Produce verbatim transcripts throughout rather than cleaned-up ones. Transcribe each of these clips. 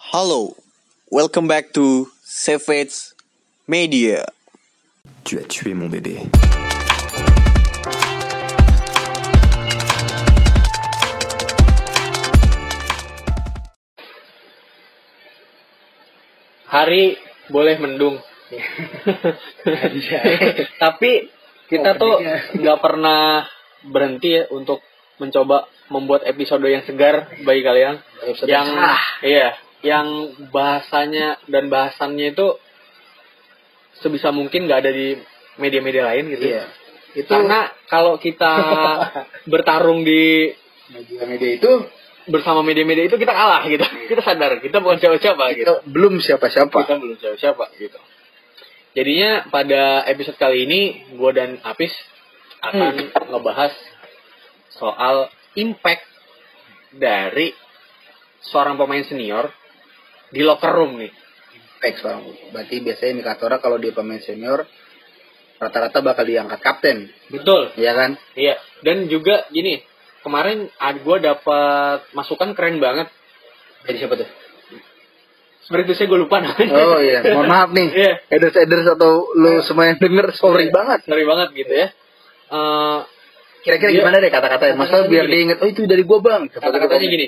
Hello, welcome back to Savage Media. Tu as tué mon bébé. Hari boleh mendung. Tapi kita tuh nggak pernah berhenti ya untuk mencoba membuat episode yang segar bagi kalian. Episode yang yang iya, yang bahasanya dan bahasannya itu sebisa mungkin nggak ada di media-media lain gitu. Iya. Itu Karena kalau kita bertarung di media-media itu bersama media-media itu kita kalah gitu. Kita sadar kita bukan siapa-siapa gitu. kita belum siapa-siapa. Kita belum siapa-siapa gitu. Jadinya pada episode kali ini gue dan Apis akan Hmm. ngebahas soal impact dari seorang pemain senior di locker room nih. Impact seorang. Berarti biasanya indikatornya kalau dia pemain senior rata-rata bakal diangkat kapten, Betul. iya kan? Iya. Dan juga gini, kemarin gue dapat masukan keren banget. Jadi siapa tuh? Sebenarnya saya gue lupa namanya. Oh iya, mohon maaf nih. Iya. Eders-eders atau lu semua yang denger, sorry banget. Sorry banget gitu ya. Eh, Kira-kira Dia- gimana deh kata-katanya? Masa kata-katanya biar gini. dia inget, oh itu dari gua bang. Kata-katanya gini.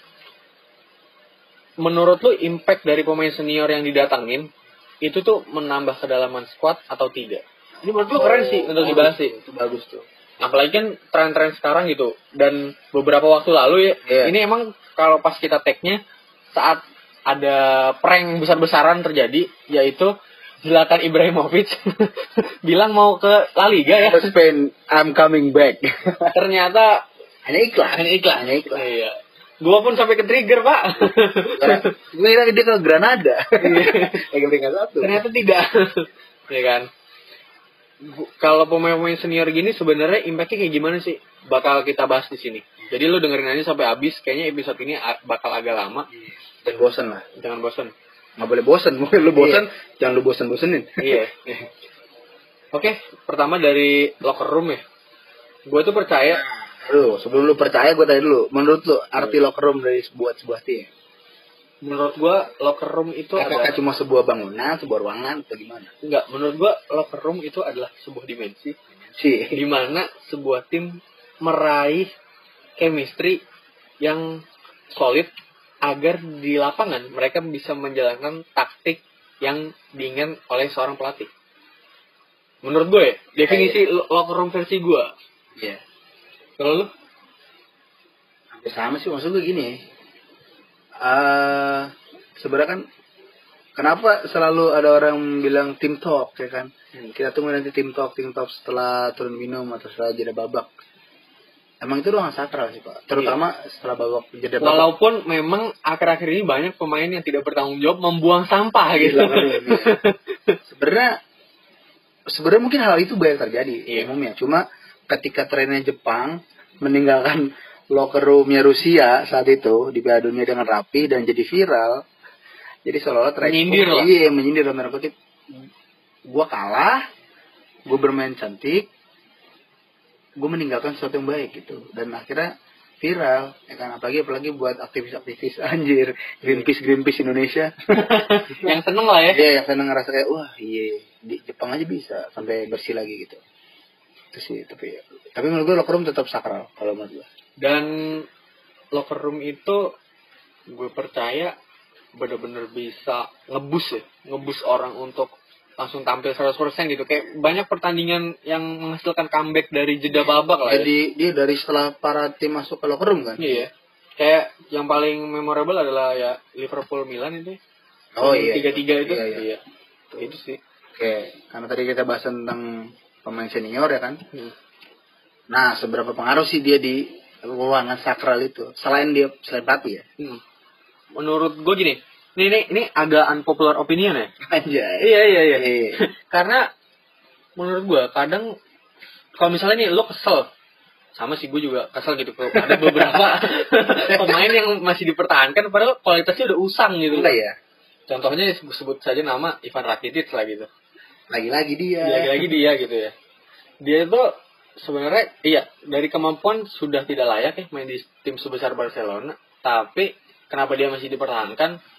Menurut lu impact dari pemain senior yang didatangin itu tuh menambah kedalaman squad atau tidak? Ini menurut lu keren sih untuk dibahas sih. Itu bagus tuh. Apalagi kan tren-tren sekarang gitu. Dan beberapa waktu lalu ya, Iya. ini emang kalau pas kita tag-nya saat ada prank besar-besaran terjadi, yaitu Zlatan Ibrahimovic bilang mau ke La Liga ya. Spain, I'm coming back. Ternyata Hanya iklan. hanya iklan. Hanya iklan. Iya. Gua pun sampai ke trigger, Pak. Gue kira dia ke Granada. Lagi peringkat satu. Ternyata tidak. Ya kan? Bu- Kalau pemain-pemain senior gini sebenarnya impactnya kayak gimana sih? Bakal kita bahas di sini. Jadi lu dengerin aja sampai habis. Kayaknya episode ini a- bakal agak lama. Dan bosen lah. Jangan bosan. Nggak boleh bosen. Mungkin lu bosen, jangan lu bosen-bosenin. Iya. Oke, pertama dari locker room ya. Gue tuh percaya. Lu, sebelum lu percaya gue tanya dulu. Menurut lu arti locker room dari sebuah sebuah tim? Menurut gue locker room itu Apakah adalah cuma sebuah bangunan, sebuah ruangan, atau gimana? enggak. Menurut gue locker room itu adalah sebuah dimensi Sih. di mana sebuah tim meraih chemistry yang solid agar di lapangan mereka bisa menjalankan taktik yang diinginkan oleh seorang pelatih. Menurut gue, ya, definisi lo- locker room versi gue. Iya. Kalau lu? Hampir sama sih, maksud gue gini. Eh, sebenarnya kan kenapa selalu ada orang bilang team talk ya kan? Hmm. Kita tunggu nanti team talk, team talk setelah turun minum atau setelah jeda babak. Emang itu ruang sakral sih Pak. Terutama setelah babak jeda babak. Walaupun memang akhir-akhir ini banyak pemain yang tidak bertanggung jawab membuang sampah gitu. Gila, keren, iya. Sebenarnya sebenarnya mungkin hal itu banyak terjadi Iya. umumnya. Cuma ketika trennya Jepang meninggalkan locker roomnya Rusia saat itu di Piala Dunia dengan rapi dan jadi viral, jadi seolah-olah tren Menyindir lah. iya menyindir dalam tanda kutip. Gua kalah, gue bermain cantik, gue meninggalkan sesuatu yang baik gitu, dan akhirnya viral ya kan, apalagi apalagi buat aktivis-aktivis anjir Greenpeace Greenpeace Indonesia. Yang seneng lah ya. Iya, yang saya ngerasa kayak wah iya di Jepang aja bisa sampai bersih lagi gitu. Itu sih, tapi tapi menurut gue locker room tetap sakral kalau menurut gue. Dan locker room itu gue percaya bener-bener bisa ngebus ya, ngebus orang untuk langsung tampil seratus persen gitu. Kayak banyak pertandingan yang menghasilkan comeback dari jeda babak lah ya. Jadi dia dari setelah para tim masuk ke locker room kan? Iya. Kayak yang paling memorable adalah ya Liverpool Milan itu. Oh iya. tiga tiga itu. Iya, iya. Itu sih. Oke, karena tadi kita bahas tentang pemain senior ya kan. Hmm. Nah, seberapa pengaruh sih dia di ruangan sakral itu? Selain dia selain pelatih ya? Hmm. Menurut gue gini, ini ini ini agak unpopular opinion ya. Anjay. Iya iya iya. Iya. Karena menurut gue kadang kalau misalnya nih lo kesel, sama sih gue juga kesel gitu. Kalau ada beberapa pemain yang masih dipertahankan padahal kualitasnya udah usang gitu. Enggak ya? Contohnya sebut saja nama Ivan Rakitic lah gitu. Lagi-lagi dia. Lagi-lagi dia gitu ya. Dia itu sebenarnya iya dari kemampuan sudah tidak layak ya main di tim sebesar Barcelona. Tapi kenapa dia masih dipertahankan?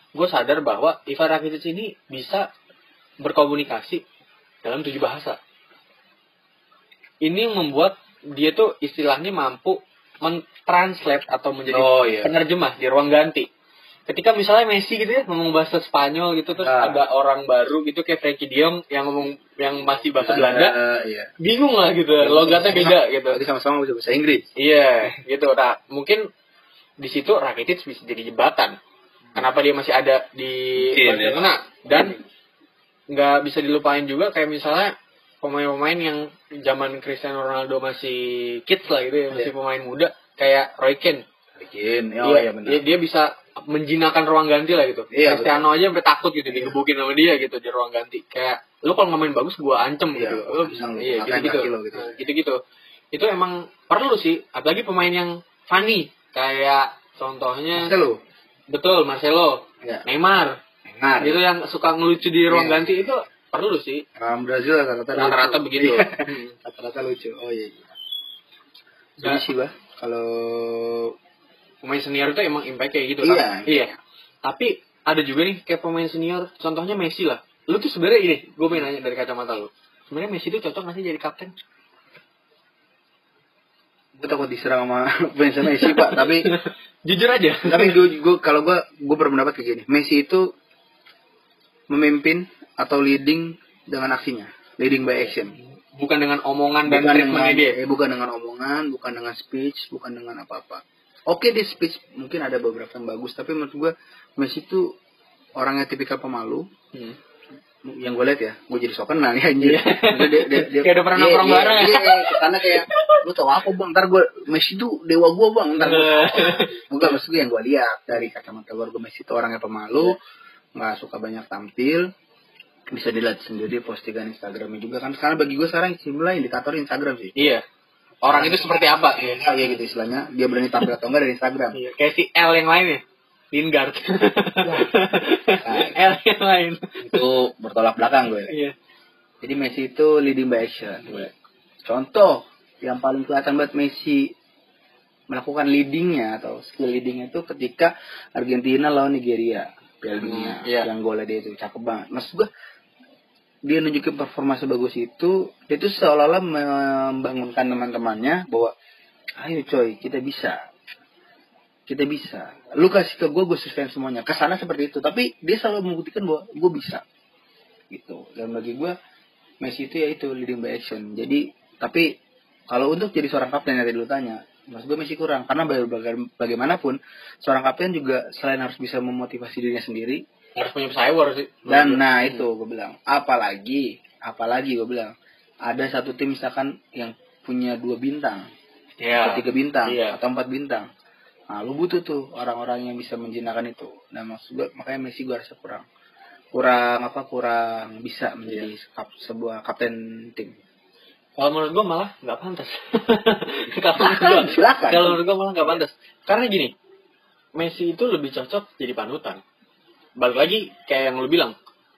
gue sadar bahwa Ivan Rakitic ini bisa berkomunikasi dalam tujuh bahasa. Ini yang membuat dia tuh istilahnya mampu mentranslate atau menjadi Oh, iya. penerjemah di ruang ganti. Ketika misalnya Messi gitu ya ngomong bahasa Spanyol gitu, terus Ah. ada orang baru gitu kayak Frankie De Jong yang ngomong yang masih bahasa Belanda, Belanda, iya. bingung lah gitu, logatnya beda gitu. Berarti sama-sama bisa bahasa Inggris. Iya, gitu. Nah, mungkin di situ Rakitic bisa jadi jembatan. Kenapa dia masih ada di Mungkin, Barcelona dan nggak bisa dilupain juga kayak misalnya pemain-pemain yang zaman Cristiano Ronaldo masih kids lah gitu ya, masih Iya. pemain muda kayak Roy Keane. Bikin, Iya, oh iya benar. dia, dia bisa menjinakkan ruang ganti lah gitu. Iya, Cristiano aja sampai takut gitu Iya. digebukin sama dia gitu di ruang ganti. Kayak lu kalau nggak main bagus gua ancem Iya, gitu. gua Lu pasang lu, iya, makan gitu-gitu. kaki lo gitu. Nah, gitu-gitu. Itu emang perlu sih, apalagi pemain yang funny kayak contohnya Marcelo. betul Marcelo, Ya. Neymar. Neymar. Gitu yang suka ngelucu di ruang Iya. ganti itu perlu sih. Orang Brazil rata-rata Rata-rata lucu. begitu. Iya. Hmm. Rata-rata lucu. Oh iya. iya. Nah, Jadi sih, Bah, kalau pemain senior itu emang impact kayak gitu. Iya. Tapi- iya. Tapi ada juga nih kayak pemain senior, contohnya Messi lah. Lu tuh sebenarnya ini, gue pengen nanya dari kacamata lu. Sebenarnya Messi itu cocok nggak sih jadi kapten? gue takut diserang sama fans Messi, Pak, tapi Jujur aja. tapi gue, gue kalau gue gue berpendapat kayak gini. Messi itu memimpin atau leading dengan aksinya, leading by action. Bukan dengan omongan dan Bukan treatmentnya dengan, dia. eh, bukan dengan omongan, bukan dengan speech, bukan dengan apa-apa. Oke, di speech mungkin ada beberapa yang bagus, tapi menurut gue Messi itu orangnya tipikal pemalu. Hmm. Yang gue lihat ya, gue jadi sok kenal ya anjir. Iya. Maksudnya dia, dia, dia, Kayak udah pernah iya, nongkrong iya, bareng ya. Iya, iya, kesana kayak lu tau apa bang? Ntar gue Messi tuh dewa gue bang. Ntar gue bukan maksud gue yang gue lihat dari kacamata luar gue, Messi itu orangnya pemalu, nggak suka banyak tampil. Bisa dilihat sendiri postingan Instagramnya juga kan. Sekarang bagi gue sekarang istilah indikator Instagram sih. Iya. Orang itu seperti apa? Iya. Ah, iya gitu istilahnya. Dia berani tampil atau enggak dari Instagram. Iya. Kayak si L yang lainnya. Lingard. L yang lain. Itu bertolak belakang gue. Iya. Jadi Messi itu leading by action. Contoh yang paling kelihatan buat Messi melakukan leadingnya atau skill leadingnya itu ketika Argentina lawan Nigeria Piala Dunia. Hmm, iya. Yang golnya dia itu cakep banget. Maksud gue dia nunjukin performa sebagus itu, dia tuh seolah-olah membangunkan teman-temannya bahwa ayo coy, kita bisa. Kita bisa. Lu kasih ke gue, gue sustain semuanya. Kesana seperti itu. Tapi dia selalu membuktikan bahwa gue bisa. Gitu. Dan bagi gue, Messi itu ya itu leading by action. Jadi, tapi kalau untuk jadi seorang kapten yang tadi lu tanya, maksud gue Messi kurang. Karena baga- bagaimanapun, seorang kapten juga selain harus bisa memotivasi dirinya sendiri. Harus punya pesaing sih. Dan nah itu gue bilang. Apalagi, apalagi gue bilang. Ada satu tim misalkan yang punya dua bintang. Iya. Atau tiga bintang. Iya. Atau empat bintang. Nah, lu butuh tuh orang-orang yang bisa menjinakkan itu. Nah, maksud gue, makanya Messi gue rasa kurang. Kurang apa, kurang bisa menjadi kap, sebuah kapten tim. Kalau menurut gue malah nggak pantas. Kalau menurut gue, Silakan. kalau menurut gue malah nggak pantas. Karena gini, Messi itu lebih cocok jadi panutan. Balik lagi kayak yang lu bilang,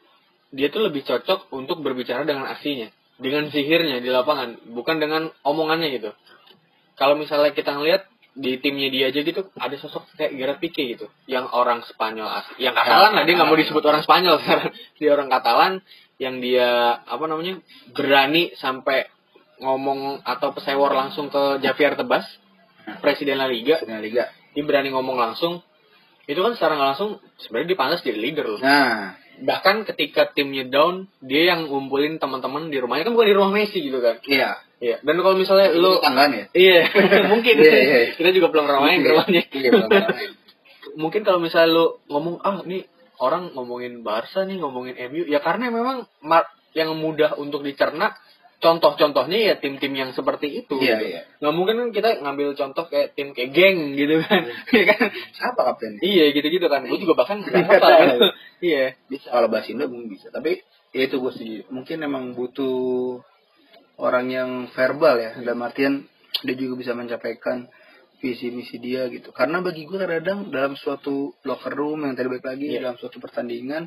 dia tuh lebih cocok untuk berbicara dengan aksinya, dengan sihirnya di lapangan, bukan dengan omongannya gitu. Kalau misalnya kita ngelihat di timnya dia aja gitu, ada sosok kayak Gerard Pique gitu, yang orang Spanyol asli, yang Katalan lah, dia nggak mau disebut orang Spanyol sekarang, dia orang Katalan, yang dia apa namanya berani sampai ngomong atau pesewor langsung ke Javier Tebas, presiden La Liga, Presiden La Liga. dia berani ngomong langsung, itu kan secara nggak langsung sebenarnya dia pantas jadi leader loh. Nah, Bahkan ketika timnya down, dia yang ngumpulin teman-teman di rumahnya, kan bukan di rumah Messi gitu kan. iya. Iya. Dan kalau misalnya Lu lu tanggaan ya? iya, mungkin Iya, iya. kita juga belum pernah main ke rumahnya. Iya, belum pernah main. Mungkin kalau misalnya lu ngomong, ah nih orang ngomongin Barca nih, ngomongin M U, ya karena memang mar- yang mudah untuk dicerna, contoh-contohnya ya tim-tim yang seperti itu. Iya, gitu. iya. Nggak mungkin kan kita ngambil contoh kayak tim kayak geng gitu kan. Iya kan? Siapa kaptennya? Iya gitu-gitu kan. Gue juga bahkan nggak hafal. Iya. Bisa. Kalau bahasa Indo mungkin bisa. Tapi ya itu gue sih. Mungkin emang butuh orang yang verbal ya. Dalam artian dia juga bisa mencapaikan visi misi dia gitu. Karena bagi gue kadang dalam suatu locker room yang tadi balik lagi Iya. dalam suatu pertandingan.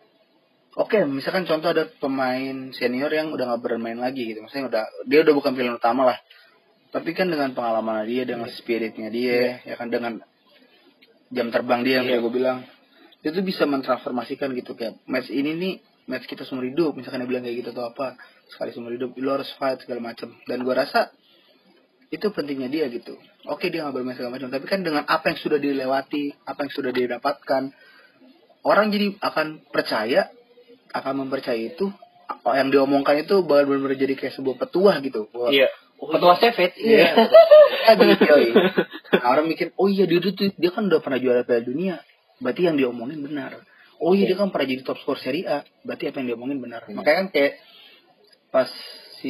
Oke, misalkan contoh ada pemain senior yang udah nggak bermain lagi gitu. Maksudnya udah dia udah bukan pilihan utama lah. Tapi kan dengan pengalaman dia, dengan spiritnya dia, ya kan dengan jam terbang dia yang Iya. kayak gue bilang. Itu bisa mentransformasikan gitu, kayak match ini nih match kita seumur hidup, misalkan dia bilang kayak gitu atau apa, sekali seumur hidup lu harus fight segala macam. Dan gua rasa itu pentingnya dia gitu. Oke dia nggak bermain segala macam, tapi kan dengan apa yang sudah dilewati, apa yang sudah dia dapatkan, orang jadi akan percaya, akan mempercayai itu, apa yang diomongkan itu benar-benar jadi kayak sebuah petuah gitu. Wah, Iya. oh, Ketua Savage. iya. Iya. Yoi. Nah, orang mikir, oh iya dia, dia, dia kan udah pernah juara Piala Dunia, berarti yang diomongin benar. Oh iya dia kan pernah jadi top skor Serie A, berarti apa yang diomongin benar. Hmm. Makanya kan kayak pas si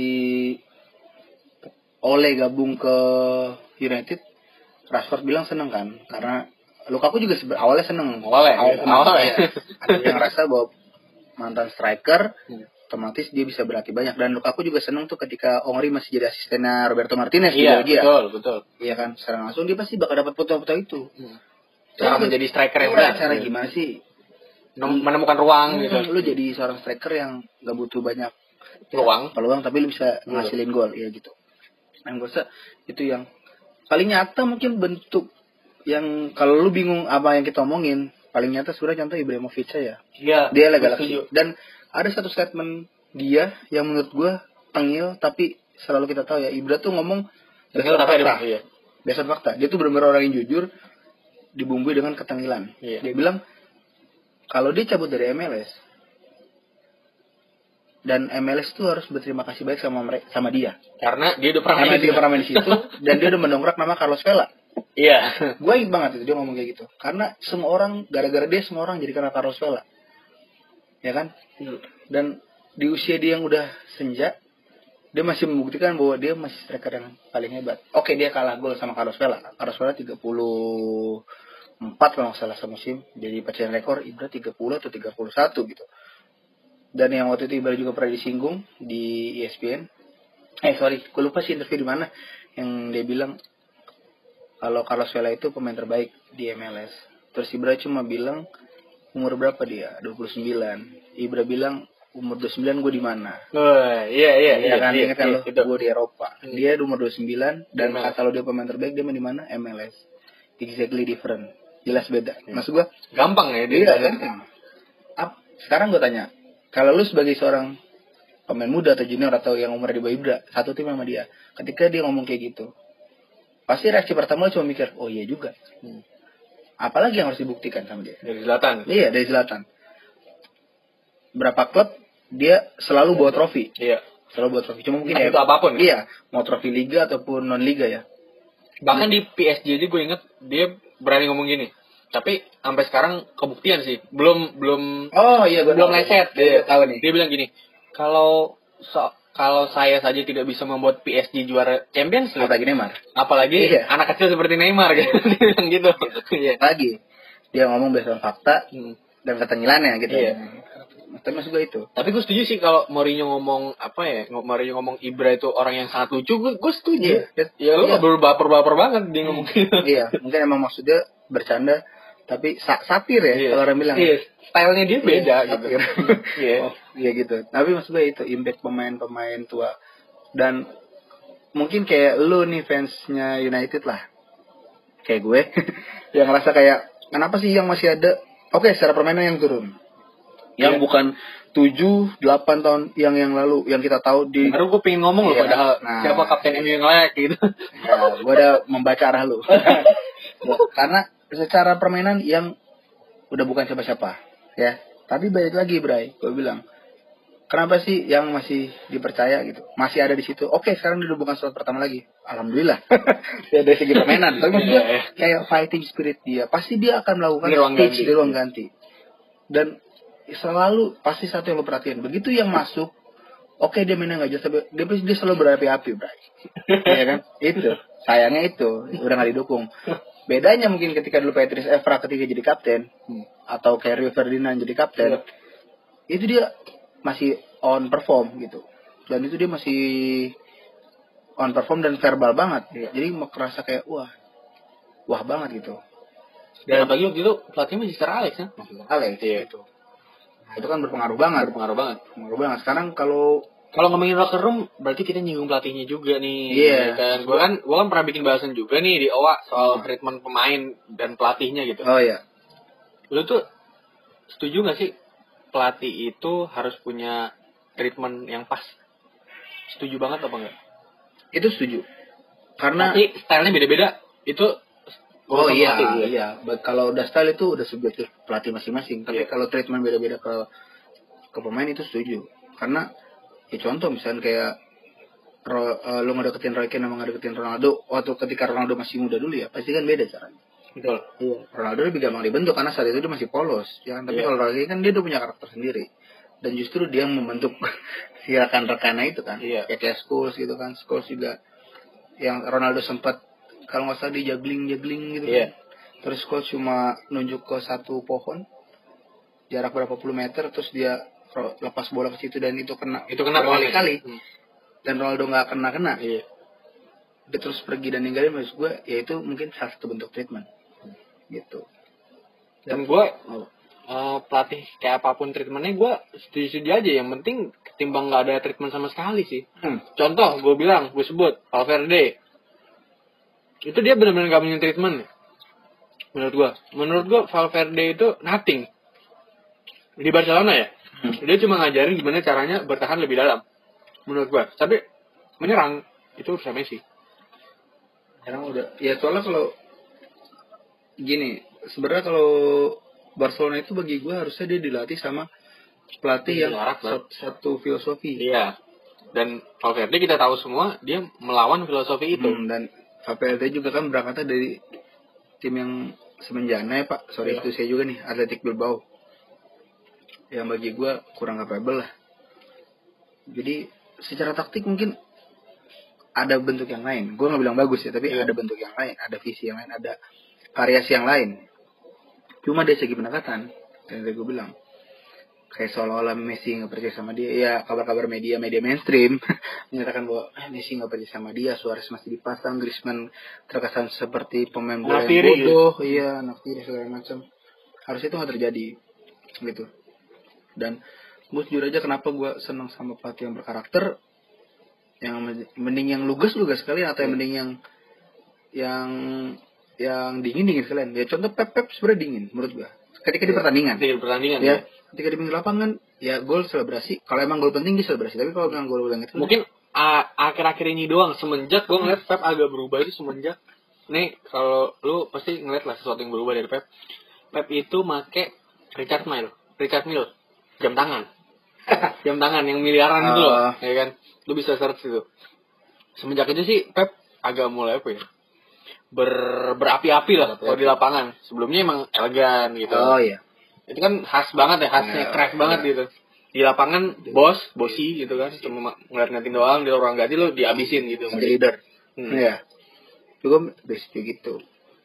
Ole gabung ke United, Rashford bilang seneng kan, karena Lukaku juga sebe- awalnya seneng. Awalnya, Awal awalnya. ya. Ada yang rasa bahwa mantan striker, Hmm. otomatis dia bisa berlatih banyak. Dan Lukaku juga seneng tuh ketika Henry masih jadi asistennya Roberto Martinez di Iya, Belgia. betul, betul. Iya kan, secara langsung dia pasti bakal dapat foto-foto itu. Hmm. Cara menjadi striker yang Iya, benar. cara gimana sih? Nem- Menemukan ruang gitu. Hmm, lu jadi seorang striker yang gak butuh banyak Peluang. peluang tapi lu bisa Gol. ngasilin gol ya gitu. Dan gue rasa itu yang paling nyata mungkin bentuk yang kalau lu bingung apa yang kita omongin, paling nyata sebenarnya contoh Ibrahimovic ya. Iya. Dia lah gue Galaxy. setuju. Dan ada satu statement dia yang menurut gue tengil tapi selalu kita tahu ya, Ibra tuh ngomong Tengil tapi ada iya. dasar fakta. Dia tuh benar-benar orang yang jujur dibumbui dengan ketengilan. Iya. Dia bilang kalau dia cabut dari M L S dan M L S tuh harus berterima kasih baik sama mereka, sama dia. Karena dia udah pernah Karena main dia di- pernah main di situ dan dia udah mendongkrak nama Carlos Vela. Iya. Gue ingat banget itu dia ngomong kayak gitu. Karena semua orang gara-gara dia semua orang jadi karena Carlos Vela. Ya kan? Hmm. Dan di usia dia yang udah senja, dia masih membuktikan bahwa dia masih striker yang paling hebat. Oke, dia kalah gol sama Carlos Vela. Carlos Vela tiga puluh empat kalau nggak salah semusim. Jadi pecahan rekor Ibra tiga puluh atau tiga puluh satu gitu. Dan yang waktu itu Ibra juga pernah disinggung di E S P N. Eh sorry, gue lupa sih interview di mana yang dia bilang kalau Carlos Vela itu pemain terbaik di M L S. Terus Ibra cuma bilang umur berapa dia? dua puluh sembilan. Ibra bilang umur dua puluh sembilan gue di mana? Oh, iya iya Iya kan, iya, ingat kan iya, lo, itu. gue di Eropa. Hmm. Dia di umur dua puluh sembilan dan M L S. kata lo dia pemain terbaik, dia main di mana? M L S. Exactly different. Jelas beda. Hmm. Maksud gue, Gampang ya dia. iya kan? Ap- Sekarang gue tanya, kalau lu sebagai seorang pemain muda atau junior atau yang umurnya di bawah Ibra, satu tim sama dia, ketika dia ngomong kayak gitu, pasti reaksi pertama lu cuma mikir, oh iya juga. Hmm. Apalagi yang harus dibuktikan sama dia? Dari Zlatan. Iya, dari Zlatan. Berapa klub dia selalu bawa trofi, Iya. selalu bawa trofi. Cuma mungkin Entah ya, itu apapun. iya, mau trofi liga ataupun non liga ya. Bahkan di P S G aja gue inget dia berani ngomong gini. Tapi sampai sekarang kebuktian sih. Belum belum Oh iya, gue belum leset. Dia tahu nih. Dia bilang gini, kalau so, kalau saya saja tidak bisa membuat P S G juara Champions League, Apalagi Neymar. apalagi Iya. anak kecil seperti Neymar gitu. Dia bilang gitu. Iya. Lagi dia ngomong berdasarkan fakta Hmm. dan ketengilannya gitu. Iya. Tapi maksud gue itu. Tapi gue setuju sih kalau Mourinho ngomong apa ya, Mourinho ngomong Ibra itu orang yang sangat lucu, gue, gue setuju. Iya. Ya lu Iya. nggak berbaper-baper banget dia ngomong gitu. Iya, mungkin emang maksudnya bercanda, tapi sa- satir ya Iya. kalau orang bilang. Iya, stylenya dia beda Iya, gitu. satir. Iya. Oh, iya gitu. Tapi maksud gue itu impact pemain-pemain tua. Dan mungkin kayak lu nih fansnya United lah, kayak gue, yang ngerasa kayak kenapa sih yang masih ada? Oke, secara permainan yang turun, yang Iya. bukan tujuh delapan tahun yang yang lalu yang kita tahu di. Baru gue pengen ngomong loh, Iya. padahal Nah. siapa kapten M U yang layak gitu. Ya, gue udah membaca arah lu. Karena secara permainan yang udah bukan siapa-siapa, ya. Tapi balik lagi, Bray, gue bilang, kenapa sih yang masih dipercaya gitu, masih ada di situ? Oke, sekarang dia udah bukan slot pertama lagi, alhamdulillah. Ya dari segi permainan, tapi maksud gue Iya, iya. kayak fighting spirit dia, pasti dia akan melakukan Di ruang stage ganti. di ruang ganti. Dan selalu pasti satu yang lo perhatiin, begitu yang masuk, oke dia mainnya nggak jelas, tapi dia, dia selalu berapi-api, Bray. Iya kan? Itu sayangnya itu udah nggak didukung. Bedanya mungkin ketika dulu Patrice Evra ketika jadi kapten, Hmm. atau kayak Rio Ferdinand jadi kapten, Iya. itu dia masih on perform gitu, dan itu dia masih on perform dan verbal banget. Iya. Jadi merasa kayak wah, wah banget gitu. Dan apalagi waktu itu pelatihnya masih Sir Alex ya. Alex Iya. gitu. Nah, itu kan berpengaruh banget. Berpengaruh banget. Berpengaruh banget. Sekarang kalau Kalau ngomongin locker room, berarti kita nyinggung pelatihnya juga nih. Iya. Kan, gue kan, gue kan pernah bikin bahasan juga nih di O A soal treatment pemain dan pelatihnya gitu. oh ya, Lu tuh setuju nggak sih pelatih itu harus punya treatment yang pas? Setuju banget apa enggak? Itu setuju. Karena Tapi stylenya beda-beda. Itu oh urusan iya, pelatih, ya. iya. Ba- Kalau udah style itu udah subjektif pelatih masing-masing. Tapi Iya. kalau treatment beda-beda ke ke pemain itu setuju. Karena ya contoh misalnya kayak Ro, uh, lu ngedeketin Roy Keane sama ngedeketin Ronaldo waktu ketika Ronaldo masih muda dulu ya pasti kan beda caranya. Betul. Iya. Ronaldo lebih gampang dibentuk karena saat itu dia masih polos, ya. Tapi Iya. kalau Roy Keane kan dia udah punya karakter sendiri. Dan justru dia yang membentuk si rekan-rekannya itu kan. Iya. Ya kayak Scholes gitu kan. Scholes juga yang Ronaldo sempat kalau nggak salah di juggling-juggling gitu Iya. kan. Terus Scholes cuma nunjuk ke satu pohon jarak berapa puluh meter terus dia ro- lepas bola ke situ dan itu kena Itu kenapa? berkali-kali. Hmm. Dan Ronaldo nggak kena-kena. Iya. Dia terus pergi dan ninggalin, maksud gue ya itu mungkin salah satu bentuk treatment gitu. Dan gue Oh. uh, pelatih kayak apapun treatmentnya gue setuju-setuju aja. Yang penting ketimbang nggak ada treatment sama sekali sih. Hmm. Contoh gue bilang, gue sebut Valverde. Itu dia benar-benar nggak punya treatment. Menurut gue, menurut gue Valverde itu nothing di Barcelona ya. Hmm. Dia cuma ngajarin gimana caranya bertahan lebih dalam. Menurut gue, tapi menyerang itu urusan Messi. Sekarang udah ya soalnya kalau gini sebenarnya kalau Barcelona itu bagi gue harusnya dia dilatih sama pelatih yang Jarak, Bang. sat- satu filosofi. Iya. Dan Valverde kita tahu semua dia melawan filosofi itu. Hmm, dan Valverde juga kan berangkatnya dari tim yang semenjana ya Pak. Sorry Iya. itu saya juga nih Athletic Bilbao. Yang bagi gue kurang capable lah. Jadi secara taktik mungkin ada bentuk yang lain. Gue nggak bilang bagus ya, tapi Iya. ada bentuk yang lain, ada visi yang lain, ada variasi yang lain. Cuma dari segi pendekatan, yang tadi gue bilang, kayak seolah-olah Messi nggak percaya sama dia. Ya kabar-kabar media, media mainstream menyatakan bahwa eh, Messi nggak percaya sama dia, Suarez masih dipasang, Griezmann terkesan seperti pemain bola yang Naftiri, bodoh, iya, naftiri segala macam. Harusnya itu nggak terjadi, gitu. Dan gue jujur aja kenapa gue senang sama pelatih yang berkarakter, yang mending yang lugas-lugas sekalian atau yang mending yang yang yang dingin-dingin sekalian. Ya contoh Pep Pep sebenarnya dingin menurut gue. Ketika di pertandingan, Di pertandingan ya, ya. ketika di pinggir lapangan, ya gol selebrasi. Kalau emang gol penting dia selebrasi. Tapi kalau memang gol yang itu, Mungkin a- akhir-akhir ini doang semenjak gue ngeliat Pep agak berubah itu semenjak nih kalau lu pasti ngeliat lah sesuatu yang berubah dari Pep. Pep itu make Richard Mille, Richard Mille jam tangan. Jam tangan yang miliaran itu loh, Oh. ya kan? Lu bisa search itu. Semenjak itu sih Pep agak mulai apa ya? Ber berapi-api lah kalau di lapangan. Sebelumnya emang elegan gitu. oh iya, Itu kan khas banget ya, khasnya Ya, crack ya. banget gitu. Di lapangan bos, bosi gitu kan, cuma ngeliat-ngeliatin doang, di ruang ganti lu dihabisin gitu. jadi leader. Hmm. Iya. Juga basicnya gitu.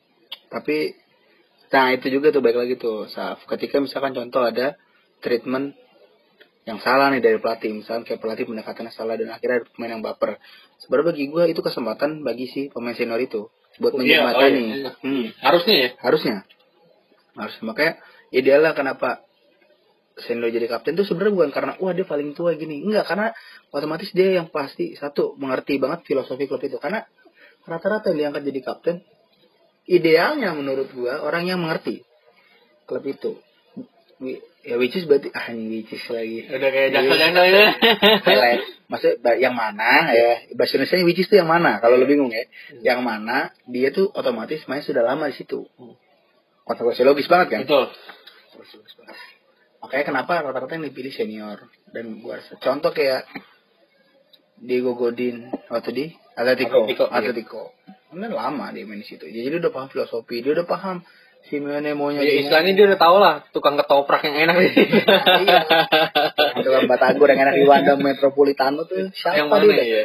Tapi nah itu juga tuh baik lagi tuh, Saf. Ketika misalkan contoh ada treatment yang salah nih dari pelatih, misalkan kayak pelatih pendekatannya salah dan akhirnya ada pemain yang baper. Sebenarnya bagi gue itu kesempatan bagi si pemain senior itu buat Oh, iya, menjembatani. oh, iya, iya. Hmm. Harusnya ya. Harusnya. Harus makanya idealnya kenapa senior jadi kapten itu sebenarnya bukan karena wah dia paling tua gini. Enggak, karena otomatis dia yang pasti satu mengerti banget filosofi klub itu. Karena rata-rata yang diangkat jadi kapten idealnya menurut gua orang yang mengerti klub itu. Wi- Ya which is berarti ah ini which is lagi. Udah kayak jaksel-jaksel gitu. Kayak, maksudnya ba- yang mana ya bahasa Indonesia which is itu yang mana kalau lu bingung ya. Yang mana dia tuh otomatis main sudah lama di situ. Konsekuensi logis banget kan? Betul. Logis banget. Makanya kenapa rata-rata yang dipilih senior. Dan gua rasa contoh kayak Diego Godin waktu di Atletico. Atletico, iya. Atletico. Kan lama dia main di situ. Jadi dia udah paham filosofi, dia udah paham Simeone maunya Ya, istilahnya dia udah tau lah tukang ketoprak yang enak. Iya. Tukang batagor yang enak di Wanda Metropolitano tuh siapa Yang mana dia? ya?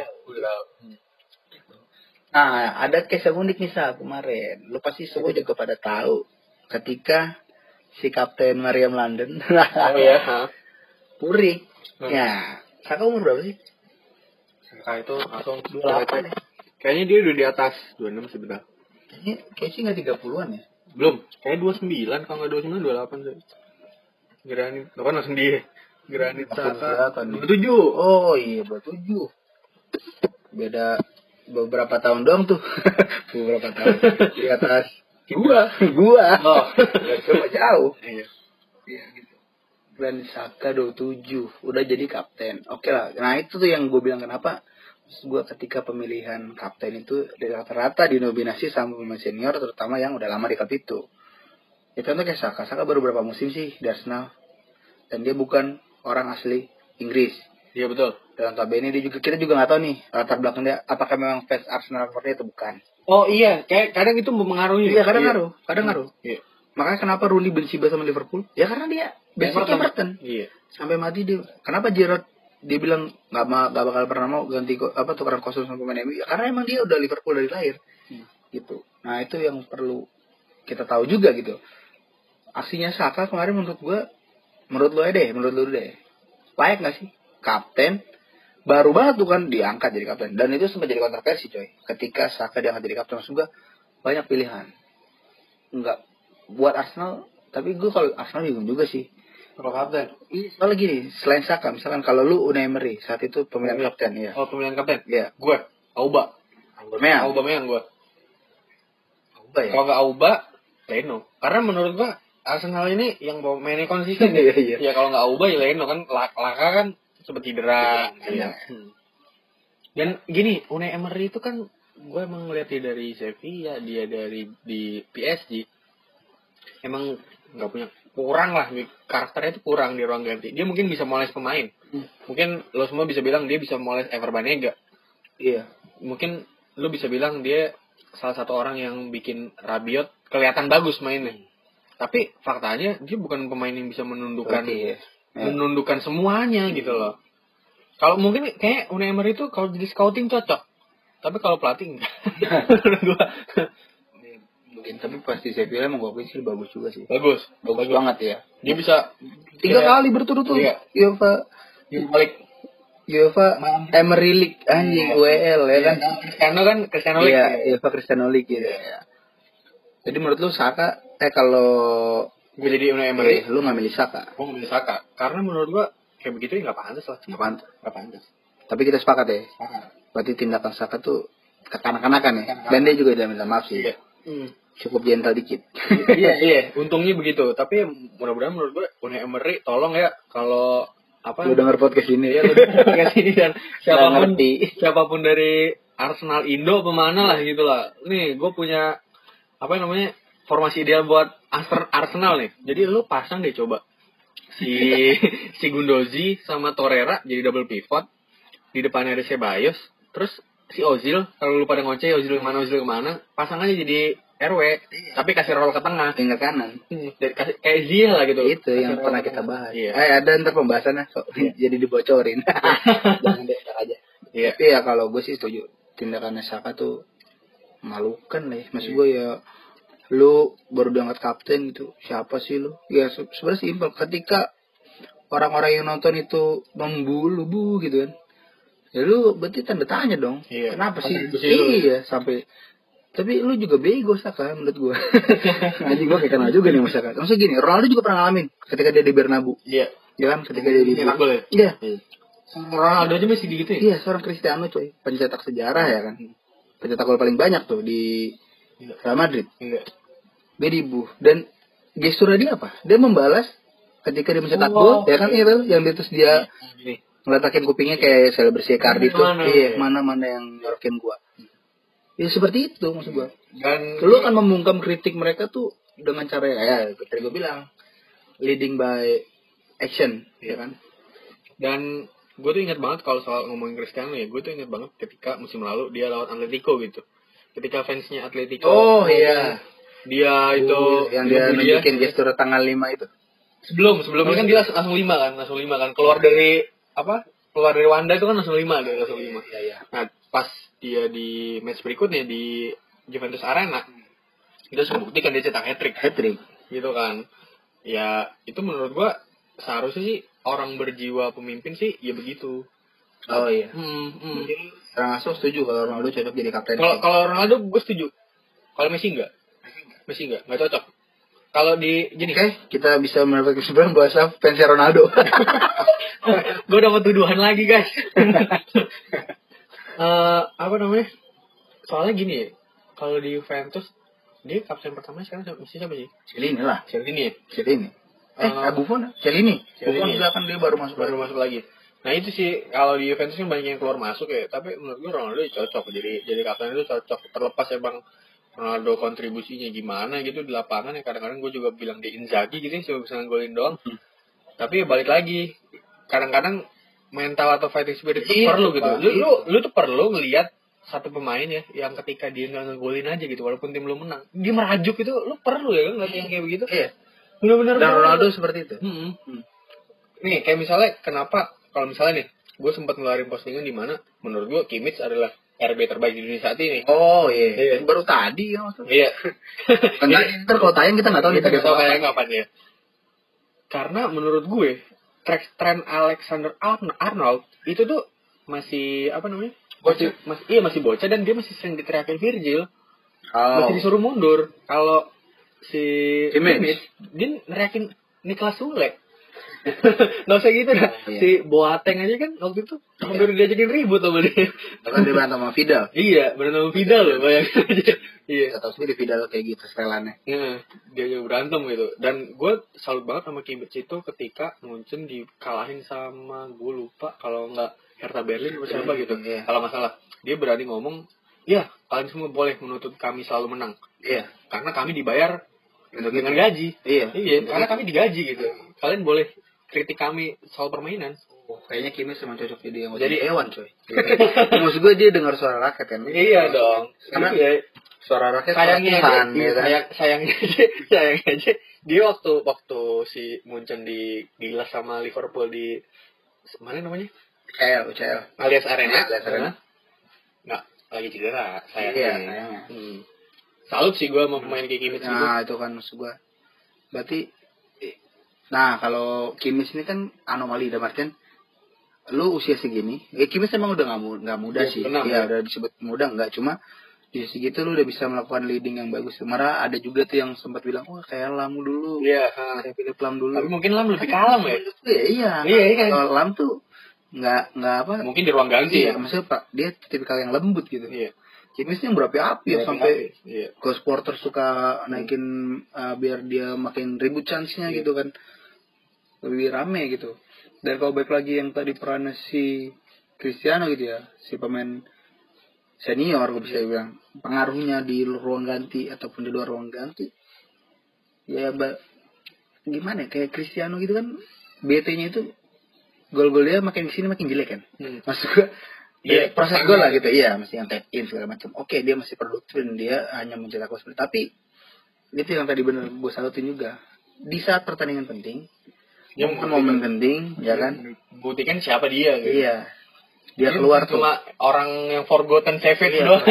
Nah, ada case yang unik nih Sa, kemarin. Lu pasti semua juga pada tahu ketika si Kapten Mariam London Oh iya. Ha. Purik. Hmm. Ya, Saka umur berapa sih? Nah, itu langsung dua puluh delapan ya. Kayaknya dia udah di atas dua puluh enam sebentar. Kayaknya kayaknya sih nggak tiga puluhan ya. Belum. Kayak dua puluh sembilan, kalau nggak dua puluh sembilan, dua puluh delapan sih. Granit, lo kan langsung dia. Granit Saka. Kelihatan nih. dua puluh tujuh. Oh iya, dua puluh tujuh. Beda beberapa tahun doang tuh. Beberapa tahun di atas Gua. gua. Oh. Ya, cuma jauh. Iya. Iya gitu. Granit Xhaka dua puluh tujuh udah jadi kapten. Oke lah. Nah itu tuh yang gue bilang kenapa gue ketika pemilihan kapten itu dari rata-rata dinominasi sama pemain senior terutama yang udah lama di klub itu. Ya contoh kayak Saka. Saka baru berapa musim sih di Arsenal dan dia bukan orang asli Inggris. Iya betul. Dan notabene dia juga kita juga nggak tahu nih latar belakang dia apakah memang fans Arsenal seperti itu bukan. Oh iya, kayak kadang itu mempengaruhi. Iya kadang ngaruh, kadang ngaruh. Iya. Makanya kenapa Rooney benci banget sama Liverpool? Ya karena dia basicnya Everton. Iya. Sampai mati dia. Kenapa Giroud dia bilang nggak ma- nggak bakal pernah mau ganti ko- apa tukeran kostum sama pemain M U? Ya, karena emang dia udah Liverpool dari lahir. Hmm. Gitu. Nah itu yang perlu kita tahu juga gitu. Aksinya Saka kemarin menurut gua, menurut lu aja deh, menurut lu deh, layak nggak sih kapten? Baru banget tuh kan diangkat jadi kapten dan itu sempat jadi kontroversi coy. Ketika Saka diangkat jadi kapten maksud gua banyak pilihan. Enggak buat Arsenal, tapi gue kalau Arsenal bingung juga sih. Kalau kapten. Iya, soalnya gini, selain Saka, misalkan kalau lu Unai Emery saat itu pemilihan Iya. kapten, ya. Oh pemilihan kapten. Iya. Gue Auba. Aubameyang. Aubameyang gue. Auba ya. Kalau nggak Auba, Leno. Karena menurut gue Arsenal ini yang mainnya konsisten. Iya, iya. Ya kalau nggak Auba ya Leno kan Laka kan sempet cedera. Iya. Hmm. Dan gini, Unai Emery itu kan gue emang ngeliat dia dari Sevilla, dia dari di P S G. Emang nggak punya kurang lah karakternya itu kurang di ruang ganti. Dia mungkin bisa moles pemain. Hmm. Mungkin lo semua bisa bilang dia bisa moles Ever Banega. Iya. Mungkin lo bisa bilang dia salah satu orang yang bikin Rabiot kelihatan bagus mainnya. Tapi faktanya dia bukan pemain yang bisa menundukkan Oke, ya. menundukkan semuanya gitu loh. Kalau mungkin kayak Unai Emery itu kalau jadi scouting cocok. Tapi kalau pelatih enggak. Menurut gua. Mungkin tapi pasti saya pilih emang gue sih bagus juga sih. Bagus, Bagus banget ya. Dia bisa Tiga kayak- kali berturut-turut. Iya. UEFA dia balik UEFA Emery League anjing U E L ya kan. Cristiano kan Cristiano League. Iya, UEFA Cristiano League gitu ya. Jadi menurut lu Saka eh kalau Gue jadi Unai Emery. lu nggak milih Saka? Gue milih Saka karena menurut gua kayak begitu ya nggak pantas lah. Nggak pantas. Nggak pantas. Tapi kita sepakat ya. Berarti tindakan Saka tuh kekanak-kanakan ya. Dan dia juga udah minta maaf sih. Iya. Hmm. Cukup gentle dikit. iya iya. Untungnya begitu. Tapi mudah-mudahan menurut gua Unai Emery tolong ya kalau apa? Lu denger podcast ini ya lu podcast ini dan siapapun ngerti. siapapun dari Arsenal Indo pemana lah gitu lah. Nih gue punya apa namanya formasi ideal buat Aster- Arsenal nih. Jadi lu pasang deh coba si si Gundozi sama Torreira jadi double pivot, di depannya ada Ceballos, terus si Ozil kalau lu pada ngoceh Ozil kemana Ozil kemana, pasang aja jadi R W, tapi kasih roll ke tengah. Tinggal kanan. Hmm, dan kasih kayak Ziyech lah gitu. Itu Kasih yang roll pernah ke kita tengah. bahas. Iya. Eh ada ntar pembahasannya so, jadi dibocorin. Jangan deh ntar aja. Iya. Tapi ya kalau gue sih setuju tindakannya Saka tuh malukan lah ya. Maksud gue ya lu baru diangkat kapten gitu. Siapa sih lu? Ya se- sebenarnya simpel. Ketika orang-orang yang nonton itu membulu bu gitu kan. Ya lu berarti tanda tanya dong. Iya. Kenapa sih? Kontribusi lu. Iya sampai tapi lu juga bego Saka menurut gue. Ngaji gue kayak kenal juga nih Mas Saka. Maksudnya gini, Ronaldo juga pernah ngalamin ketika dia di Bernabeu. Iya. Ya kan ketika dia di Nyetak gol ya? Iya. Ronaldo aja masih gitu ya? Iya, seorang Cristiano coy, pencetak sejarah ya kan. Pencetak gol paling banyak tuh di Real Madrid. Iya. Bedi bu. Dan gesturnya dia apa? Dia membalas ketika dia mencetak Oh, gol, ya kan iya. itu yang dia terus dia Gini. ngeletakin kupingnya kayak selebrasi Cardi Ini tuh. mana? Iya, mana-mana yang nyorokin gua. Ya seperti itu maksud gua. Dan Lu akan membungkam kritik mereka tuh dengan cara ya, tadi gua bilang leading by action, ya kan? dan gue tuh ingat banget kalau soal ngomongin Cristiano ya, gue tuh ingat banget ketika musim lalu dia lawan Atletico gitu. Ketika fansnya Atletico. Oh iya. Dia itu Oh, yang dia ngebully nunjukin gestur tanggal lima itu. Sebelum sebelumnya kan dia langsung, langsung lima kan, langsung lima kan keluar dari apa? Keluar dari Wanda itu kan langsung lima dia langsung lima. Iya, iya. Nah pas dia di match berikutnya di Juventus Arena, dia sudah membuktikan dia cetak hat trick. Hat trick. Gitu kan. Ya itu menurut gua seharusnya sih orang berjiwa pemimpin sih ya begitu. Oh iya. Hmm, hmm. Termasuk setuju kalau Ronaldo cocok jadi kapten. Kalau kalau Ronaldo gue setuju. Kalau Messi enggak. Messi enggak, enggak cocok. Kalau di gini, Oke, kita bisa mendapatkan kesimpulan bahwa fansnya Ronaldo. gue dapat tuduhan lagi guys. Eh apa namanya? Soalnya gini ya, kalau di Juventus dia kapten pertama sekarang siapa- Messi siapa sih? Jadi inilah, Cialdini ya. jadi ini. Eh, Uh, uh, Buffon, Celini. Celini. Buffon juga kan dia baru masuk. baru masuk lagi. Nah itu sih kalau di Juventus kan banyak yang keluar masuk ya, tapi menurut gue Ronaldo cocok jadi jadi kapten itu cocok, terlepas emang Ronaldo kontribusinya gimana gitu di lapangan ya, kadang-kadang gue juga bilang di Inzaghi gitu cuma bisa ngegolin doang. Hmm. Tapi ya balik lagi, kadang-kadang mental atau fighting spirit itu iya, perlu gitu. Lu, iya. lu lu tuh perlu ngelihat satu pemain ya yang ketika dia nggak ngegolin aja gitu walaupun tim lu menang, dia merajuk itu lu perlu ya kan ngeliat yang kayak begitu. Iya. Benar-benar. Dan Ronaldo seperti itu. Hmm. Hmm. Nih kayak misalnya kenapa kalau misalnya nih gue sempat ngeluarin postingan di mana menurut gue Kimmich adalah R B terbaik di dunia saat ini. Oh iya, iya. Baru tadi ya maksudnya. Iya. Kan ntar kalau tayang kita nggak tahu nih kita tadi nggak tahu apa. kayak kapan ya. Karena menurut gue tren Alexander Arnold itu tuh masih apa namanya? Masih, masih iya masih bocah dan dia masih sering diteriakin Virgil. Oh. Masih disuruh mundur. Kalau si Kimmich dia neriakin Niklas Sule. Nggak usah gitu dah. Iya. Si Boateng aja kan waktu itu hampir diajakin ribut sama dia. Bahkan dia berantem sama Vidal. Iya, berantem sama Vidal loh, bayangin aja. Iya. Saya tahu sendiri Vidal kayak gitu setelannya. Iya, dia juga berantem gitu. Dan gue salut banget sama Kimmich itu ketika Munchen dikalahin sama gue lupa kalau nggak Hertha Berlin atau siapa gitu. Iya. Kalau masalah dia berani ngomong, ya kalian semua boleh menuntut kami selalu menang. Iya. Karena kami dibayar Untuk dengan gaji. Iya. Iya, karena kami digaji gitu. Kalian boleh kritik kami soal permainan. Oh, kayaknya Kimmich emang cocok jadi yang Jadi hewan coy. Maksud gue dia dengar suara rakyat kan. Iya dong. Karena iya. suara rakyat Sayangnya aja, Tuhan, ya kan? sayang, sayangnya aja, sayangnya aja dia waktu waktu si Munchen di dilas sama Liverpool di mana namanya? U C L, U C L. Allianz Arena. Allianz Arena. Nggak lagi cedera, sayangnya. Iya, sayangnya. Hmm. Salut sih gue sama pemain kayak Kimmich Nah, itu kan maksud gue. Berarti nah, kalau Kimmich ini kan anomali dalam artian lu usia segini, ya Kimmich emang udah nggak muda, gak muda ya, sih. Iya, ya, udah disebut muda nggak, cuma di segitu lu udah bisa melakukan leading yang bagus. Marah ada juga tuh yang sempat bilang, wah kayak Lam dulu, Iya. kayak Philip Lam dulu. Tapi mungkin Lam lebih kalem ya. Iya, iya. Iya, iya. Kalau Lam tuh nggak nggak apa? Mungkin di ruang ganti Iya, ya. maksudnya pak dia tipikal yang lembut gitu. Iya. Kimmich yang berapi-api ya, sampai iya. ke supporter suka naikin uh, biar dia makin ribut chance-nya Iya. gitu kan. Lebih rame gitu. Dan kalau balik lagi yang tadi perannya si Cristiano gitu ya, si pemain senior gue bisa bilang, pengaruhnya di ruang ganti ataupun di luar ruang ganti ya ba- gimana ya, kayak Cristiano gitu kan B T-nya itu gol-gol dia makin kesini makin jelek kan. Hmm. Maksud gue Iya, ya, proses gol lah gitu, iya masih yang tap in segala macam. Oke, dia masih produktif dan dia hanya mencetak gol seperti, tapi itu yang tadi bener gue salutin juga, di saat pertandingan penting, Yang momen penting, ya kan? Buktikan siapa dia gitu. Iya. Dia keluar tuh. Cuma orang yang forgotten savage Iya, doang.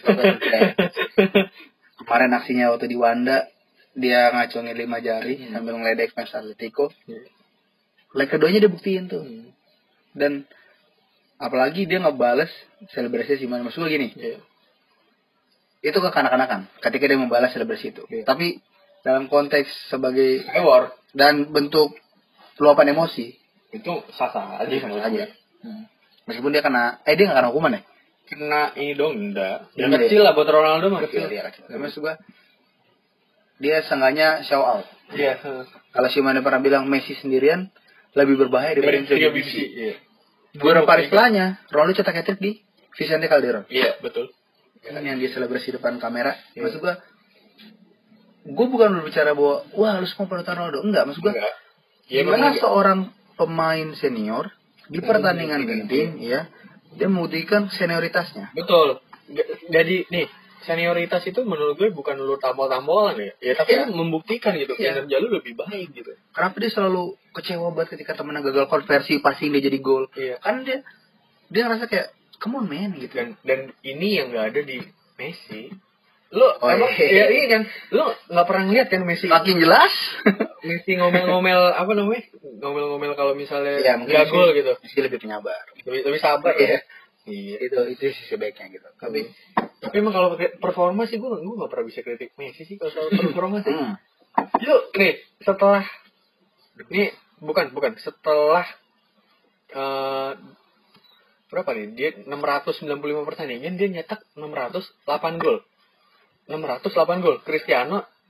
Kemarin aksinya waktu di Wanda, dia ngacungin lima jari Hmm. sambil ngeledek fans Atletico. Hmm. Leg keduanya dia buktiin tuh. Hmm. Dan apalagi dia ngebales selebrasi si Mané. Maksud gue gini, Iya. itu kekanak-kanakan ketika dia membalas selebrasi itu. Iya. Tapi dalam konteks sebagai Award dan bentuk luapan emosi, itu sah-sah aja menurut aja. gue. Hmm. Meskipun dia kena, eh dia nggak kena hukuman ya? Kena ini dong enggak. Ya Enggak, kecil lah buat Ronaldo mah. Kecil dia kecil. Tapi maksud gue, dia seenggaknya show out. Iya. Kalau si Mane pernah bilang Messi sendirian lebih berbahaya dibanding tiga biji. Iya. Beberapa hari setelahnya, Ronaldo cetak hat-trick di Vicente Calderon. Iya, betul. Ya kan yang dia selebrasi depan kamera. Iya. Maksud gue, gue bukan berbicara bahwa wah harus mau pada Ronaldo. Enggak, maksud gue, Enggak. Ya, gimana memang- seorang pemain senior di pertandingan genting, ya, dia membuktikan senioritasnya. Betul. G- Jadi nih, senioritas itu menurut gue bukan lu tampol-tampolan ya. Ya tapi Iya. lu membuktikan gitu, Iya. kinerja lu lebih baik gitu. Kenapa dia selalu kecewa banget ketika temennya gagal konversi passing dia jadi gol? Iya. Kan dia dia ngerasa kayak come on man gitu. Dan dan ini yang nggak ada di Messi. Lu Oh, emang iya. ya iya kan, lu nggak pernah ngeliat kan Messi Makin jelas. Messi ngomel-ngomel apa namanya? Ngomel-ngomel kalau misalnya Ya, mungkin nggak Messi- gol gitu. Messi lebih penyabar. Lebih lebih sabar Iya. ya. Iya. Itu itu sisi baiknya gitu. Tapi Tapi emang kalau pakai performa sih gue gue nggak pernah bisa kritik Messi sih kalau soal performa sih. hmm. Yuk nih setelah nih bukan bukan setelah eh berapa nih dia enam ratus sembilan puluh lima pertandingan dia nyetak enam ratus delapan gol. enam ratus delapan gol. Cristiano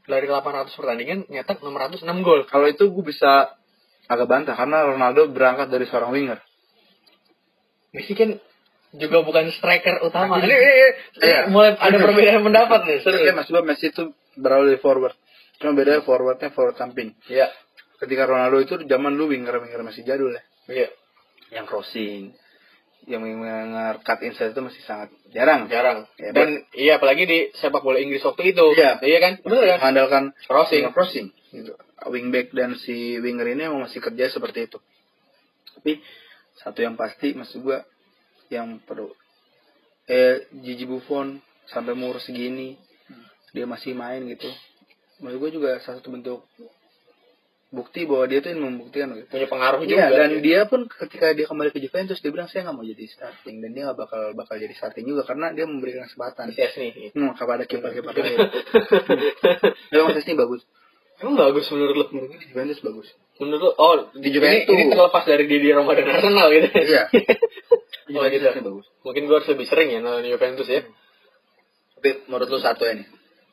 dari delapan ratus pertandingan nyetak enam ratus enam gol. Kalau itu gue bisa agak bantah karena Ronaldo berangkat dari seorang winger. Messi kan juga bukan striker utama. Nah, Ini, ini, ini iya. mulai ada perbedaan pendapat nih. Serius. Iya, maksud gue Messi itu berawal dari forward. Cuma bedanya forwardnya forward samping. Iya. Ketika Ronaldo itu zaman dulu winger-winger masih jadul ya. Iya. Yang crossing, yang winger cut inside itu masih sangat jarang. Jarang. Ya, Dan iya apalagi di sepak bola Inggris waktu itu. Iya. Iya kan? Benar kan? Mengandalkan Crossing. winger crossing gitu. Wingback dan si winger ini emang masih kerja seperti itu. Tapi satu yang pasti maksud gua yang perlu eh Gigi Buffon sampai umur segini hmm. dia masih main gitu. Menurut gua juga salah satu bentuk bukti bahwa dia tuh membuktikan gitu. Punya pengaruh Iya, juga. dan ya. Dia pun ketika dia kembali ke Juventus dia bilang saya nggak mau jadi starting dan dia nggak bakal bakal jadi starting juga karena dia memberikan kesempatan. Yes nih. Hmm, kepada kiper-kiper lain. Memang Chesney bagus. Emang bagus menurut lo? Menurut gue di Juventus bagus. Menurut lo, oh di Juventus ini, ini terlepas dari di, di Roma dan Arsenal gitu. Iya. Oh gitu. Bagus. Mungkin gue harus lebih sering ya nonton Juventus ya. Tapi menurut lo satu ya nih.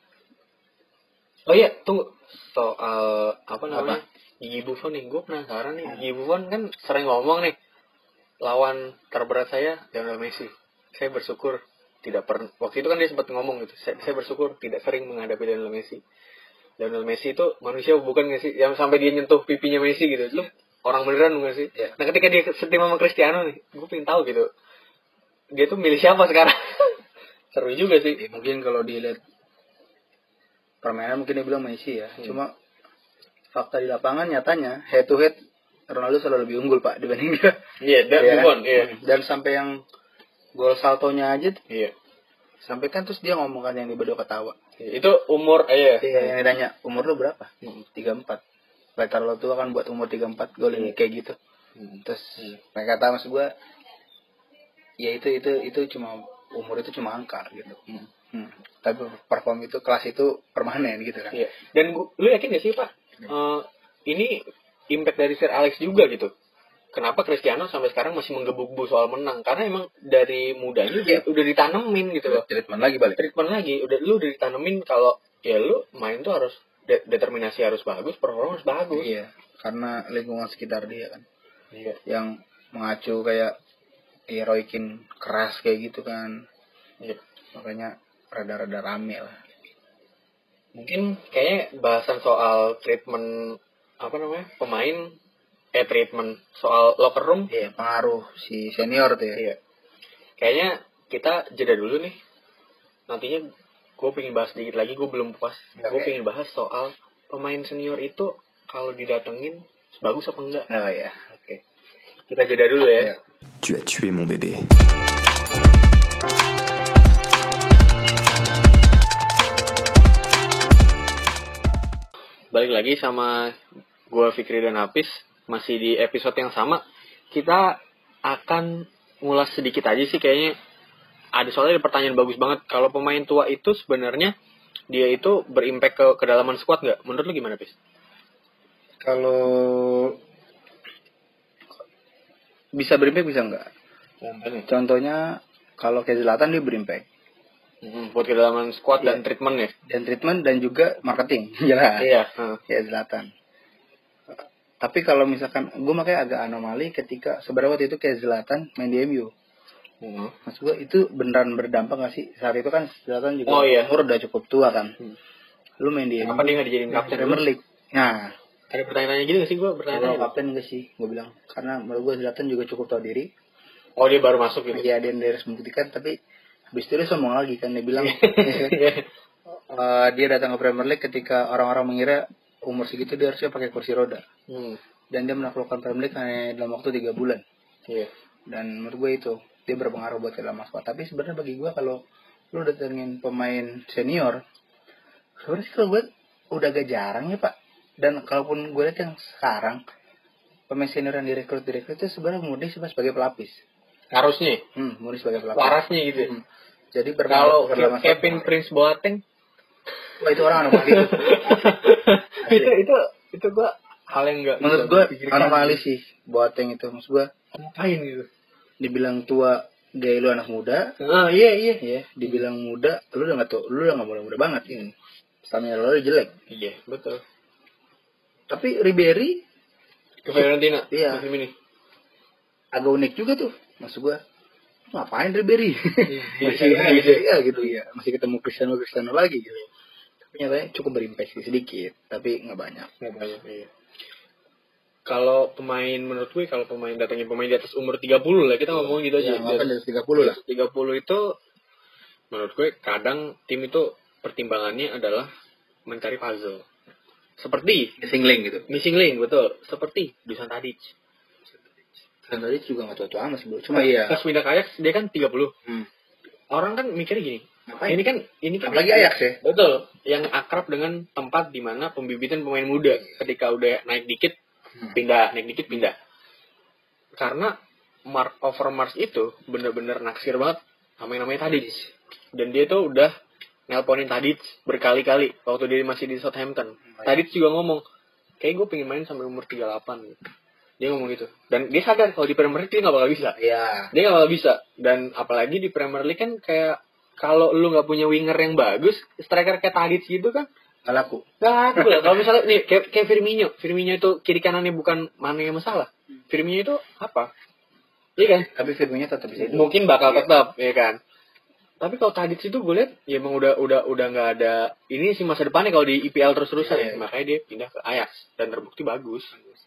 Oh iya, tunggu. Soal apa namanya? Gigi Buffon nih, gue penasaran nih. Gigi Buffon kan sering ngomong nih, lawan terberat saya Lionel Messi. Saya bersyukur tidak pernah. Waktu itu kan dia sempat ngomong gitu. Saya, saya bersyukur tidak sering menghadapi Lionel Messi. Lionel Messi itu manusia bukan nggak sih? Yang sampai dia nyentuh pipinya Messi gitu. Lu orang beneran nggak sih? Yeah. Nah ketika dia setim sama Cristiano nih, gue pengen tahu gitu. Dia tuh milih siapa sekarang? Seru juga sih. Ya, mungkin kalau dilihat permainan mungkin dia bilang Messi ya. Hmm. Cuma fakta di lapangan nyatanya head to head Ronaldo selalu lebih unggul Pak dibanding dia. Iya, dan ya, Buffon, iya. Dan sampai yang gol saltonya aja tuh. Iya. Sampai kan terus dia ngomong kan yang di Bedo ketawa. Itu umur iya. Iya, yang ditanya umur lu berapa? tiga puluh empat. Letter lo tua kan buat umur tiga puluh empat gol ini kayak gitu. Hmm. Terus hmm. mereka kata maksud gua ya itu itu itu cuma umur itu cuma angka gitu. Hmm. Hmm. Tapi perform itu kelas itu permanen gitu kan. Iya. Dan gua, lu yakin gak sih Pak? Hmm. Uh, ini impact dari Sir Alex juga gitu. Kenapa Cristiano sampai sekarang masih menggebu-gebu soal menang? Karena emang dari mudanya dia udah ditanemin gitu loh. Treatment lagi balik. Treatment lagi. Udah lu udah ditanemin kalau ya lu main tuh harus de- determinasi harus bagus, performa harus bagus. Iya. Karena lingkungan sekitar dia kan. Iya. Yang mengacu kayak ya Roy Keane keras kayak gitu kan. Iya. Makanya rada-rada rame lah. Mungkin kayaknya bahasan soal treatment apa namanya? Pemain eh treatment soal locker room. Iya, pengaruh si senior tuh ya. Iya. Kayaknya kita jeda dulu nih. Nantinya gue pengen bahas sedikit lagi, gue belum puas. Okay. Gue pengen bahas soal pemain senior itu kalau didatengin bagus apa enggak. Oh ya, oke. Okay. Kita jeda dulu ya. Yeah. Tu as tué mon bébé. Balik lagi sama gue Fikri dan Hafiz. Masih di episode yang sama. Kita akan ngulas sedikit aja sih kayaknya. Ada soalnya ada pertanyaan bagus banget. Kalau pemain tua itu sebenarnya dia itu berimpact ke kedalaman squad nggak? Menurut lu gimana, Pis? Kalau bisa berimpact bisa nggak? Hmm. Contohnya kalau kayak Zlatan dia berimpact. Hmm, buat kedalaman squad yeah. dan treatment ya. Dan treatment dan juga marketing, jelas. Iya. Hmm. Ya Zlatan. Tapi kalau misalkan gue makanya agak anomali ketika sebenarnya waktu itu kayak Zlatan main di M U. Hmm. Maksud gue itu beneran berdampak gak sih? Saat itu kan Zlatan juga oh, iya. umur udah cukup tua kan. Hmm. Lu main di M U. Kenapa dia gak dijadiin kapten Premier League? Nah, ada pertanyaan-tanya gitu gak sih gue? Pertanyaan kapten enggak sih? Gue bilang karena menurut gue Zlatan juga cukup tahu diri. Oh dia baru masuk gitu? Iya dia harus membuktikan. Tapi habis itu dia sombong lagi kan dia bilang uh, dia datang ke Premier League ketika orang-orang mengira umur segitu dia harusnya pakai kursi roda. Hmm. Dan dia menaklukkan Premier League hanya dalam waktu tiga bulan. Iya. Yeah. Dan menurut gue itu dia berpengaruh buat dalam squad. Tapi sebenarnya bagi gue kalau lu datengin pemain senior, sebenarnya sih kalau gue udah agak jarang ya Pak. Dan kalaupun gue lihat yang sekarang pemain senior yang direkrut direkrut itu sebenarnya murni sebagai pelapis. Harusnya. Hmm, murni sebagai pelapis. Warasnya gitu. Hmm. Jadi kalau Kevin Prince Boateng, wah itu orang anomali itu. itu itu itu gue hal yang enggak. Menurut gue anomali sih Boateng itu. Maksud gue ngapain gitu? Dibilang tua, gaya lu anak muda. Oh iya iya. Iya, dibilang muda, lu udah nggak tuh, lu udah nggak muda-muda banget ini. Stamina Ronaldo jelek. Iya, betul. Tapi Ribery Ke Fiorentina. Iya. Musim ini. agak unik juga tuh. Maksud gua, ngapain Ribery? Iya, masih iya, gitu, iya. ya gitu ya. Masih ketemu Cristiano Cristiano lagi gitu. Tapi nyatanya cukup berimpact sih, sedikit, tapi nggak banyak. Nggak banyak, iya. Kalau pemain, menurut gue, kalau pemain datangnya pemain di atas umur tiga puluh lah, kita ngomong gitu aja. Ya, apa dari tiga puluh lah. tiga puluh itu, menurut gue, kadang tim itu pertimbangannya adalah mencari puzzle. Seperti Missing link gitu. missing link, betul. Seperti Dusan Tadic. Dan tadi juga nggak tua-tua amat sebelum. Cuma iya. Pas pindah ke Ajax, dia kan tiga puluh. Hmm. Orang kan mikirnya gini, Ngapain? ini kan ini kan Apalagi Ajax ya. betul, yang akrab dengan tempat di mana pembibitan pemain muda. Ketika udah naik dikit pindah, naik dikit pindah. Karena mark over Mars itu bener-bener naksir banget sama yang namanya Tadic. Dan dia tuh udah nelponin Tadic berkali-kali waktu dia masih di Southampton. Tadic juga ngomong, kayak gue pengen main sampai umur tiga puluh delapan gitu. Dia ngomong gitu. Dan dia sadar kalau di Premier League dia gak bakal bisa. Iya. Dia gak bakal bisa. Dan apalagi di Premier League kan kayak kalau lu gak punya winger yang bagus, striker kayak Tadic gitu kan Nggak laku. gak aku lah. Kalau misalnya nih kayak, kayak Firmino, Firmino itu kiri kanannya bukan mana yang masalah. Firmino itu apa? Iya kan? Tapi Firmino tetap bisa hidup. Mungkin bakal Iya. tetap, ya kan? Tapi kalau Tadic itu gue lihat ya emang udah udah udah nggak ada ini sih masa depannya kalau di I P L terus-terusan Iya, ya. iya. Makanya dia pindah ke Ajax dan terbukti bagus.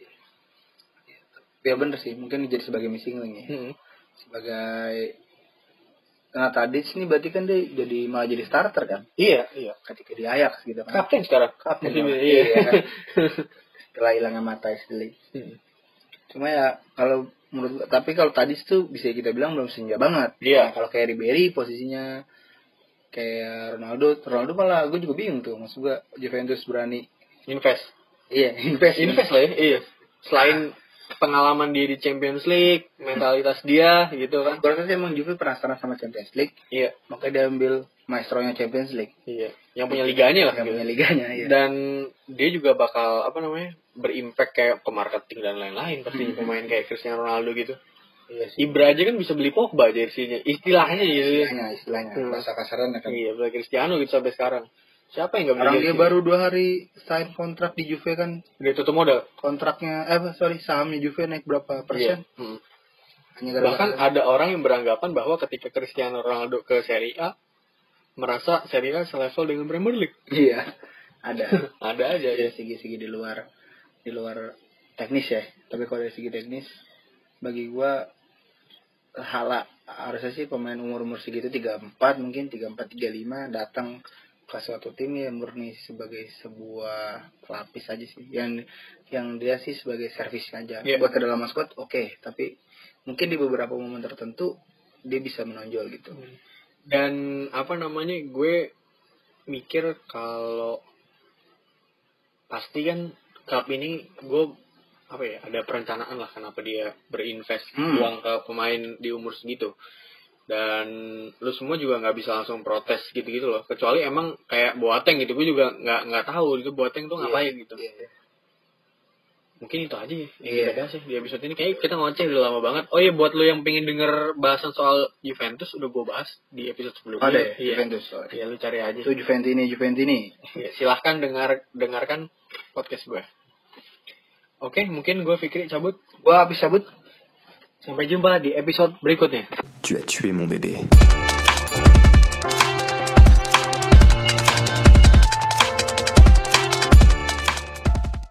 Ya bener sih, mungkin jadi sebagai missing link ya. Hmm. Sebagai Nah Tadic ini berarti kan dia jadi malah jadi starter kan Iya, iya. ketika di Ajax gitu kan. Kapten sekarang. Kapten. Musim dong. ini, iya. kan? Setelah hilangnya mata Ashley. Hmm. Cuma ya kalau menurut tapi kalau Tadic tuh bisa kita bilang belum senja banget. Iya. Nah, kalau kayak Ribery posisinya kayak Ronaldo, Ronaldo malah gue juga bingung tuh. Maksud gue Juventus berani Invest. iya invest Invest lah ya. Iya. Selain pengalaman dia di Champions League, mentalitas dia gitu kan. Berarti sih emang Juve penasaran sama Champions League, Iya. makanya dia ambil maestronya Champions League Iya. Yang punya liganya lah. yang gitu. punya liganya ya. Dan dia juga bakal apa namanya berimpact kayak ke marketing dan lain-lain pasti Hmm. pemain kayak Cristiano Ronaldo gitu. Iya sih. Ibra aja kan bisa beli Pogba jersinya, istilahnya gitu. Istilahnya, istilahnya Hmm. bahasa kasarnya kan. Iya, beli Cristiano gitu sampai sekarang. Siapa yang nggak beli Orang dia jersey? baru dua hari sign kontrak di Juve kan, Udah tutup modal. kontraknya eh apa, sorry sahamnya Juve naik berapa persen? Iya. Hmm. Hanya Bahkan gara-gara ada orang yang beranggapan bahwa ketika Cristiano Ronaldo ke Serie A merasa Serie A selevel dengan Premier League. iya ada Ada aja ya. dari segi-segi di luar di luar teknis ya. Tapi kalau dari segi teknis bagi gua hala harusnya sih pemain umur-umur segitu tiga puluh empat mungkin tiga puluh empat tiga puluh lima datang ke suatu tim ya murni sebagai sebuah pelapis aja sih. Yang yang dia sih sebagai servis aja. Iya. Buat ke dalam squad oke, tapi mungkin di beberapa momen tertentu dia bisa menonjol gitu. Dan apa namanya gue mikir kalau pasti kan klub ini gue apa ya ada perencanaan lah kenapa dia berinvest Hmm. uang ke pemain di umur segitu. Dan lu semua juga nggak bisa langsung protes gitu-gitu loh, kecuali emang kayak Boateng gitu. Gue juga nggak nggak tahu itu Boateng tuh ngapain gitu. Iya. Mungkin itu aja ya yang Iya. kita bahas ya di episode ini. Kayak kita ngoceh udah lama banget. Oh iya, buat lu yang pengen denger bahasan soal Juventus udah gue bahas di episode sebelumnya. Ada ya, Iya. Juventus. Oh, Iya, lu cari aja. itu Juventini Juventini. Ya, silahkan dengar dengarkan podcast gue. Oke, mungkin gue Fikri cabut. Gua habis cabut. Sampai jumpa di episode berikutnya. Tu as tué mon bébé.